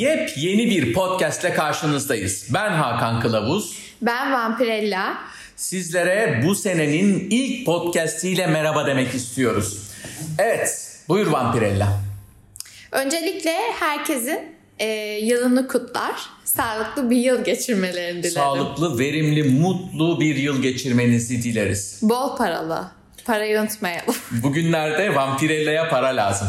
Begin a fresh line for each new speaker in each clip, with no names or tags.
Yepyeni bir podcastle karşınızdayız. Ben Hakan Kılavuz.
Ben Vampirella.
Sizlere bu senenin ilk podcastiyle merhaba demek istiyoruz. Evet, buyur Vampirella.
Öncelikle herkesin yılını kutlar. Sağlıklı bir yıl geçirmelerini dilerim.
Sağlıklı, verimli, mutlu bir yıl geçirmenizi dileriz.
Bol paralı. Parayı unutmayalım.
Bugünlerde Vampirella'ya para lazım.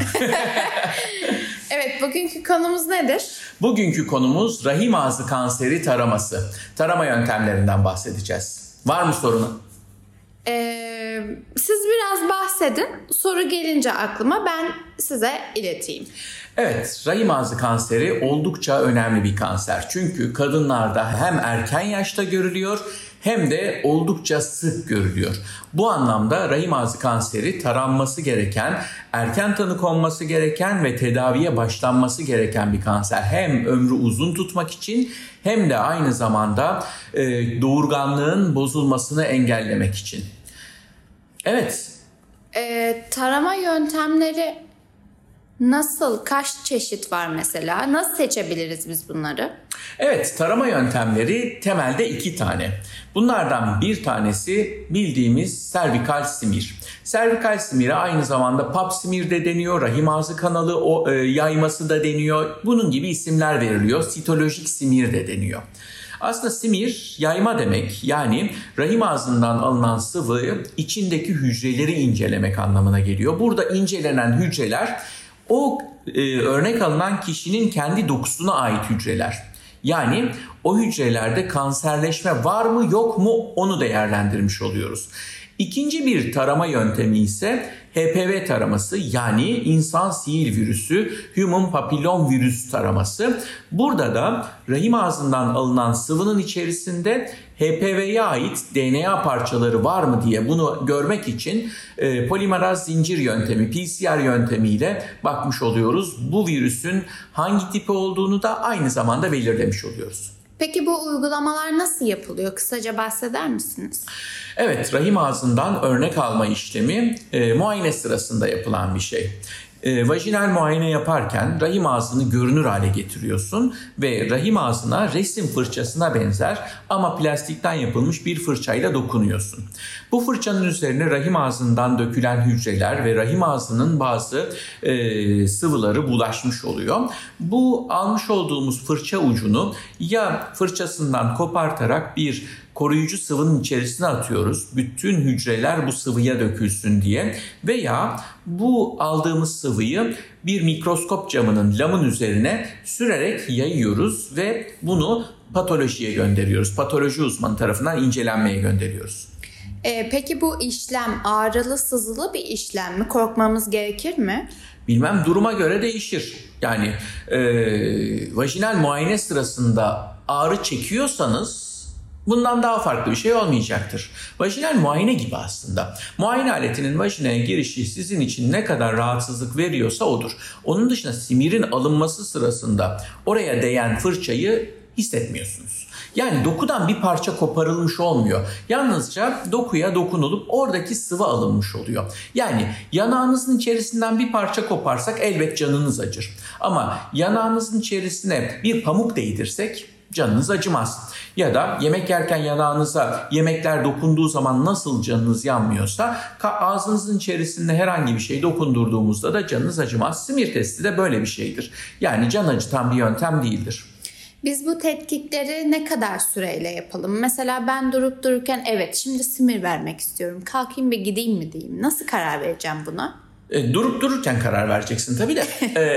Evet, bugünkü konumuz nedir?
Bugünkü konumuz rahim ağzı kanseri taraması. Tarama yöntemlerinden bahsedeceğiz. Var mı sorun?
Siz biraz bahsedin. Soru gelince aklıma ben size ileteyim.
Evet, rahim ağzı kanseri oldukça önemli bir kanser. Çünkü kadınlarda hem erken yaşta görülüyor hem de oldukça sık görülüyor. Bu anlamda rahim ağzı kanseri taranması gereken, erken tanı konması gereken ve tedaviye başlanması gereken bir kanser. Hem ömrü uzun tutmak için hem de aynı zamanda doğurganlığın bozulmasını engellemek için. Evet.
Tarama yöntemleri nasıl, kaç çeşit var mesela? Nasıl seçebiliriz biz bunları?
Evet, tarama yöntemleri temelde 2 tane. Bunlardan bir tanesi bildiğimiz servikal simir. Servikal simire aynı zamanda pap simir de deniyor, rahim ağzı kanalı yayması da deniyor. Bunun gibi isimler veriliyor. Sitolojik simir de deniyor. Aslında simir yayma demek, yani rahim ağzından alınan sıvıyı içindeki hücreleri incelemek anlamına geliyor. Burada incelenen hücreler o örnek alınan kişinin kendi dokusuna ait hücreler. Yani o hücrelerde kanserleşme var mı yok mu onu değerlendirmiş oluyoruz. İkinci bir tarama yöntemi ise HPV taraması, yani insan sihir virüsü, human papillom virüs taraması. Burada da rahim ağzından alınan sıvının içerisinde HPV'ye ait DNA parçaları var mı diye bunu görmek için polimeraz zincir yöntemi, PCR yöntemiyle bakmış oluyoruz. Bu virüsün hangi tipi olduğunu da aynı zamanda belirlemiş oluyoruz.
Peki bu uygulamalar nasıl yapılıyor? Kısaca bahseder misiniz?
Evet, rahim ağzından örnek alma işlemi muayene sırasında yapılan bir şey. Vajinal muayene yaparken rahim ağzını görünür hale getiriyorsun ve rahim ağzına resim fırçasına benzer ama plastikten yapılmış bir fırçayla dokunuyorsun. Bu fırçanın üzerine rahim ağzından dökülen hücreler ve rahim ağzının bazı sıvıları bulaşmış oluyor. Bu almış olduğumuz fırça ucunu ya fırçasından kopartarak bir koruyucu sıvının içerisine atıyoruz. Bütün hücreler bu sıvıya dökülsün diye, veya bu aldığımız sıvıyı bir mikroskop camının lamın üzerine sürerek yayıyoruz ve bunu patolojiye gönderiyoruz. Patoloji uzmanı tarafından incelenmeye gönderiyoruz.
Peki bu işlem ağrılı, sızılı bir işlem mi? Korkmamız gerekir mi?
Bilmem, duruma göre değişir. Yani vajinal muayene sırasında ağrı çekiyorsanız bundan daha farklı bir şey olmayacaktır. Vajinal muayene gibi aslında. Muayene aletinin vajinaya girişi sizin için ne kadar rahatsızlık veriyorsa odur. Onun dışında simirin alınması sırasında oraya değen fırçayı hissetmiyorsunuz. Yani dokudan bir parça koparılmış olmuyor. Yalnızca dokuya dokunulup oradaki sıvı alınmış oluyor. Yani yanağınızın içerisinden bir parça koparsak elbet canınız acır. Ama yanağınızın içerisine bir pamuk değdirsek canınız acımaz. Ya da yemek yerken yanağınıza yemekler dokunduğu zaman nasıl canınız yanmıyorsa ağzınızın içerisinde herhangi bir şey dokundurduğumuzda da canınız acımaz. Simir testi de böyle bir şeydir. Yani can acıtan bir yöntem değildir.
Biz bu tetkikleri ne kadar süreyle yapalım? Mesela ben durup dururken evet şimdi simir vermek istiyorum. Kalkayım bir gideyim mi diyeyim? Nasıl karar vereceğim buna?
Durup dururken karar vereceksin tabii de.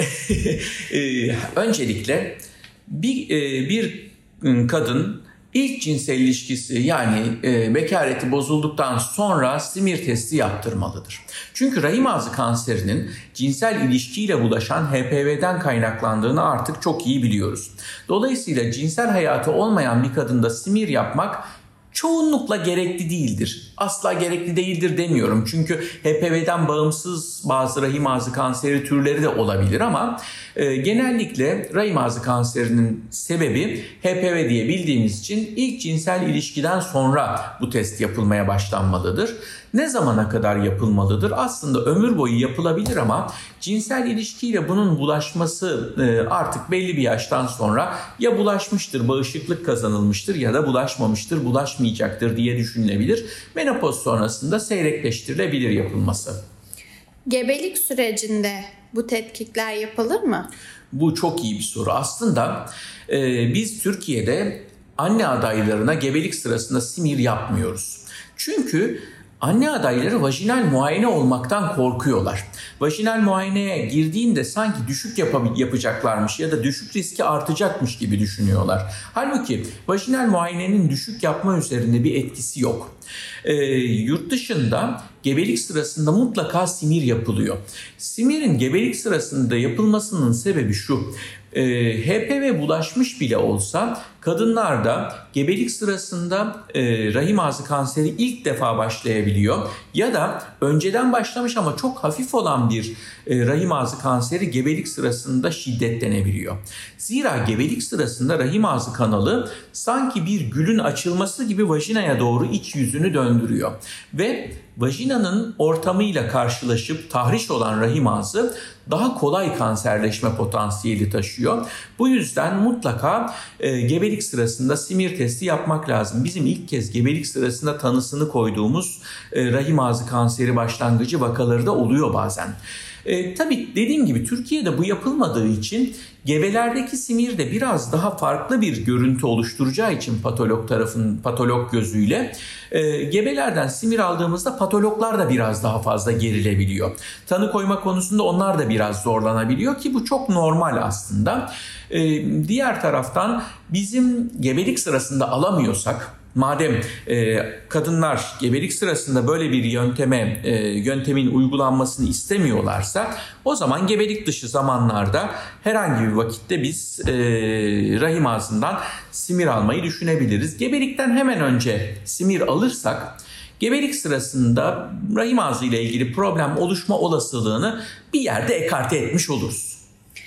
Öncelikle bir kadın ilk cinsel ilişkisi, yani bekareti bozulduktan sonra simir testi yaptırmalıdır. Çünkü rahim ağzı kanserinin cinsel ilişkiyle bulaşan HPV'den kaynaklandığını artık çok iyi biliyoruz. Dolayısıyla cinsel hayatı olmayan bir kadında simir yapmak çoğunlukla gerekli değildir. asla gerekli değildir demiyorum. Çünkü HPV'den bağımsız bazı rahim ağzı kanseri türleri de olabilir ama genellikle rahim ağzı kanserinin sebebi HPV diye bildiğimiz için ilk cinsel ilişkiden sonra bu test yapılmaya başlanmalıdır. Ne zamana kadar yapılmalıdır? Aslında ömür boyu yapılabilir ama cinsel ilişkiyle bunun bulaşması artık belli bir yaştan sonra ya bulaşmıştır, bağışıklık kazanılmıştır ya da bulaşmamıştır, bulaşmayacaktır diye düşünülebilir. Menopoz sonrasında seyrekleştirilebilir yapılması.
Gebelik sürecinde bu tetkikler yapılır mı?
Bu çok iyi bir soru. Aslında biz Türkiye'de anne adaylarına gebelik sırasında simir yapmıyoruz. Çünkü anne adayları vajinal muayene olmaktan korkuyorlar. Vajinal muayeneye girdiğinde sanki düşük yapacaklarmış ya da düşük riski artacakmış gibi düşünüyorlar. Halbuki vajinal muayenenin düşük yapma üzerinde bir etkisi yok. Yurt dışında gebelik sırasında mutlaka simir yapılıyor. Simirin gebelik sırasında yapılmasının sebebi şu. HPV bulaşmış bile olsa kadınlarda gebelik sırasında rahim ağzı kanseri ilk defa başlayabiliyor. Ya da önceden başlamış ama çok hafif olan bir rahim ağzı kanseri gebelik sırasında şiddetlenebiliyor. Zira gebelik sırasında rahim ağzı kanalı sanki bir gülün açılması gibi vajinaya doğru iç yüzünü döndürüyor. Ve vajinanın ortamıyla karşılaşıp tahriş olan rahim ağzı daha kolay kanserleşme potansiyeli taşıyor. Bu yüzden mutlaka gebelik sırasında simir testi yapmak lazım. Bizim ilk kez gebelik sırasında tanısını koyduğumuz rahim ağzı kanseri başlangıcı vakaları da oluyor bazen. Tabii dediğim gibi Türkiye'de bu yapılmadığı için gebelerdeki simir de biraz daha farklı bir görüntü oluşturacağı için patolog gözüyle gebelerden simir aldığımızda patologlar da biraz daha fazla gerilebiliyor. Tanı koyma konusunda onlar da biraz zorlanabiliyor ki bu çok normal aslında. Diğer taraftan bizim gebelik sırasında alamıyorsak, madem kadınlar gebelik sırasında böyle bir yöntemin uygulanmasını istemiyorlarsa o zaman gebelik dışı zamanlarda herhangi bir vakitte biz rahim ağzından simir almayı düşünebiliriz. Gebelikten hemen önce simir alırsak gebelik sırasında rahim ağzı ile ilgili problem oluşma olasılığını bir yerde ekarte etmiş oluruz.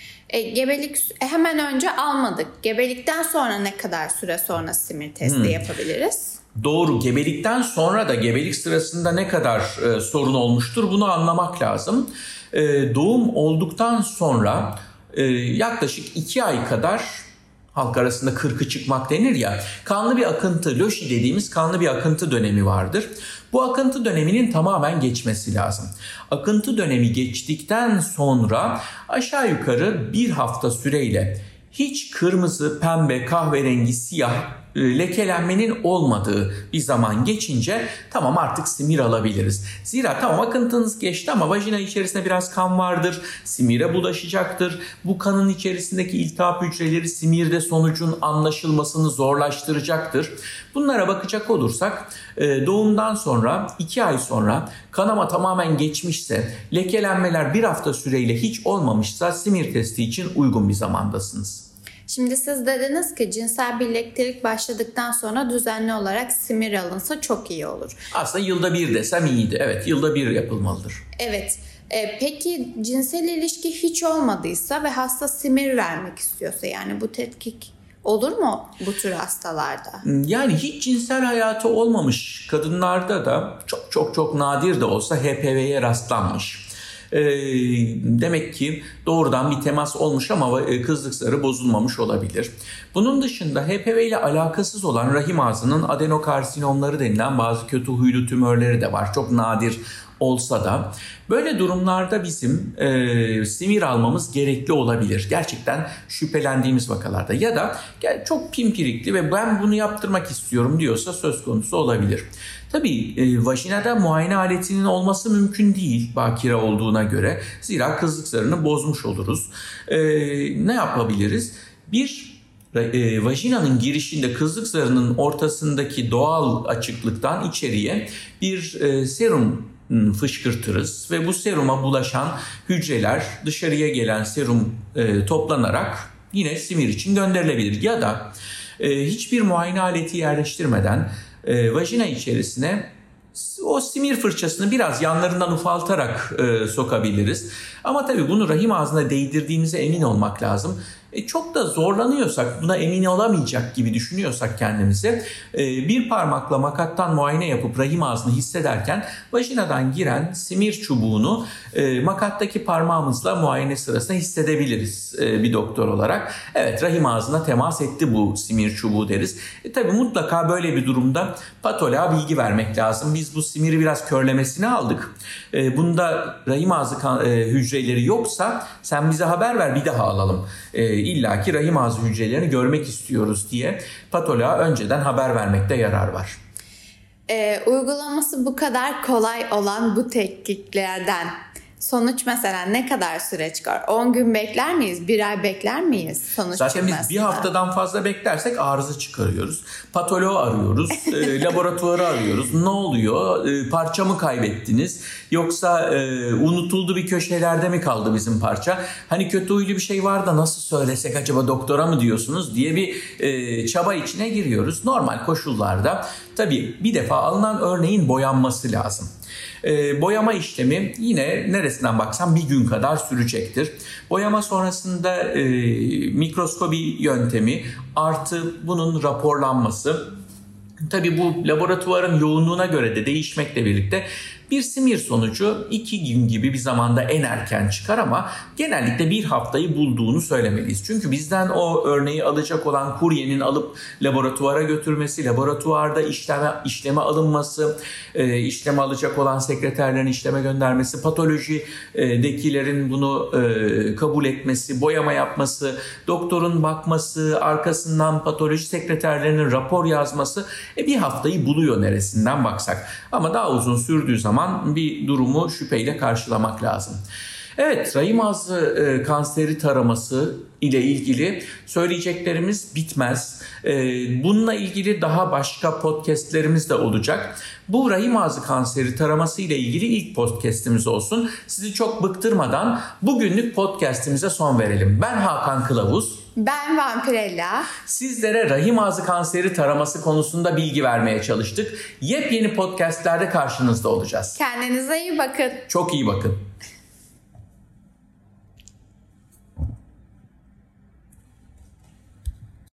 Gebelik hemen önce almadık. Gebelikten sonra ne kadar süre sonra simir testi yapabiliriz?
Doğru. Gebelikten sonra da gebelik sırasında ne kadar sorun olmuştur bunu anlamak lazım. Doğum olduktan sonra yaklaşık 2 ay kadar halk arasında kırkı çıkmak denir ya, kanlı bir akıntı, LÖŞİ dediğimiz kanlı bir akıntı dönemi vardır. Bu akıntı döneminin tamamen geçmesi lazım. Akıntı dönemi geçtikten sonra aşağı yukarı 1 hafta süreyle hiç kırmızı, pembe, kahverengi, siyah lekelenmenin olmadığı bir zaman geçince tamam artık simir alabiliriz. Zira tamam akıntınız geçti ama vajina içerisinde biraz kan vardır, simire bulaşacaktır. Bu kanın içerisindeki iltihap hücreleri simirde sonucun anlaşılmasını zorlaştıracaktır. Bunlara bakacak olursak doğumdan sonra 2 ay sonra kanama tamamen geçmişse, lekelenmeler 1 hafta süreyle hiç olmamışsa simir testi için uygun bir zamandasınız.
Şimdi siz dediniz ki cinsel birliktelik başladıktan sonra düzenli olarak simir alınsa çok iyi olur.
Aslında yılda 1 desem iyiydi. Evet, yılda 1 yapılmalıdır.
Evet. Peki cinsel ilişki hiç olmadıysa ve hasta simir vermek istiyorsa, yani bu tetkik olur mu bu tür hastalarda?
Yani hiç cinsel hayatı olmamış kadınlarda da çok nadir de olsa HPV'ye rastlanmış. Demek ki doğrudan bir temas olmuş ama kızlık zarı bozulmamış olabilir. Bunun dışında HPV ile alakasız olan rahim ağzının adenokarsinomları denilen bazı kötü huylu tümörleri de var. Çok nadir olsa da böyle durumlarda bizim simir almamız gerekli olabilir. Gerçekten şüphelendiğimiz vakalarda ya da çok pimpirikli ve ben bunu yaptırmak istiyorum diyorsa söz konusu olabilir. Tabii vajinada muayene aletinin olması mümkün değil bakire olduğuna göre. Zira kızlık zarını bozmuş oluruz. Ne yapabiliriz? Vajinanın girişinde kızlık zarının ortasındaki doğal açıklıktan içeriye bir serum fışkırtırız ve bu seruma bulaşan hücreler dışarıya gelen serum toplanarak yine simir için gönderilebilir. Ya da hiçbir muayene aleti yerleştirmeden vajina içerisine o simir fırçasını biraz yanlarından ufaltarak sokabiliriz. Ama tabii bunu rahim ağzına değdirdiğimize emin olmak lazım. Çok da zorlanıyorsak, buna emin olamayacak gibi düşünüyorsak kendimizi, bir parmakla makattan muayene yapıp rahim ağzını hissederken vajinadan giren simir çubuğunu makattaki parmağımızla muayene sırasında hissedebiliriz bir doktor olarak. Evet, rahim ağzına temas etti bu simir çubuğu deriz. Tabii mutlaka böyle bir durumda patoloğa bilgi vermek lazım. Biz bu simiri biraz körlemesine aldık. Bunda rahim ağzı hücreleri yoksa sen bize haber ver, bir daha alalım. İlla ki rahim ağzı hücrelerini görmek istiyoruz diye patoloğa önceden haber vermekte yarar var.
Uygulaması bu kadar kolay olan bu tekniklerden sonuç mesela ne kadar süre çıkar? 10 gün bekler miyiz? 1 ay bekler miyiz sonuç
Zaten
çıkmasında?
biz bir haftadan fazla beklersek arıza çıkarıyoruz. Patoloğu arıyoruz, laboratuvarı arıyoruz. Ne oluyor? Parça mı kaybettiniz? Yoksa unutuldu bir köşelerde mi kaldı bizim parça? Hani kötü huylu bir şey var da nasıl söylesek acaba doktora mı diyorsunuz diye bir çaba içine giriyoruz. Normal koşullarda tabii bir defa alınan örneğin boyanması lazım. Boyama işlemi yine neresinden baksan bir gün kadar sürecektir. Boyama sonrasında mikroskobi yöntemi artı bunun raporlanması. Tabii bu laboratuvarın yoğunluğuna göre de değişmekle birlikte bir simir sonucu 2 gün gibi bir zamanda en erken çıkar ama genellikle bir haftayı bulduğunu söylemeliyiz. Çünkü bizden o örneği alacak olan kuryenin alıp laboratuvara götürmesi, laboratuvarda işleme alınması, işleme alacak olan sekreterlerin işleme göndermesi, patolojidekilerin bunu kabul etmesi, boyama yapması, doktorun bakması, arkasından patoloji sekreterlerinin rapor yazması bir haftayı buluyor neresinden baksak. Ama daha uzun sürdüğü zaman bir durumu şüpheyle karşılamak lazım. Evet, rahim ağzı kanseri taraması ile ilgili söyleyeceklerimiz bitmez. Bununla ilgili daha başka podcastlerimiz de olacak. Bu rahim ağzı kanseri taraması ile ilgili ilk podcastimiz olsun. Sizi çok bıktırmadan bugünlük podcastimize son verelim. Ben Hakan Kılavuz.
Ben Vampirella.
Sizlere rahim ağzı kanseri taraması konusunda bilgi vermeye çalıştık. Yepyeni podcastlerde karşınızda olacağız.
Kendinize iyi bakın.
Çok iyi bakın.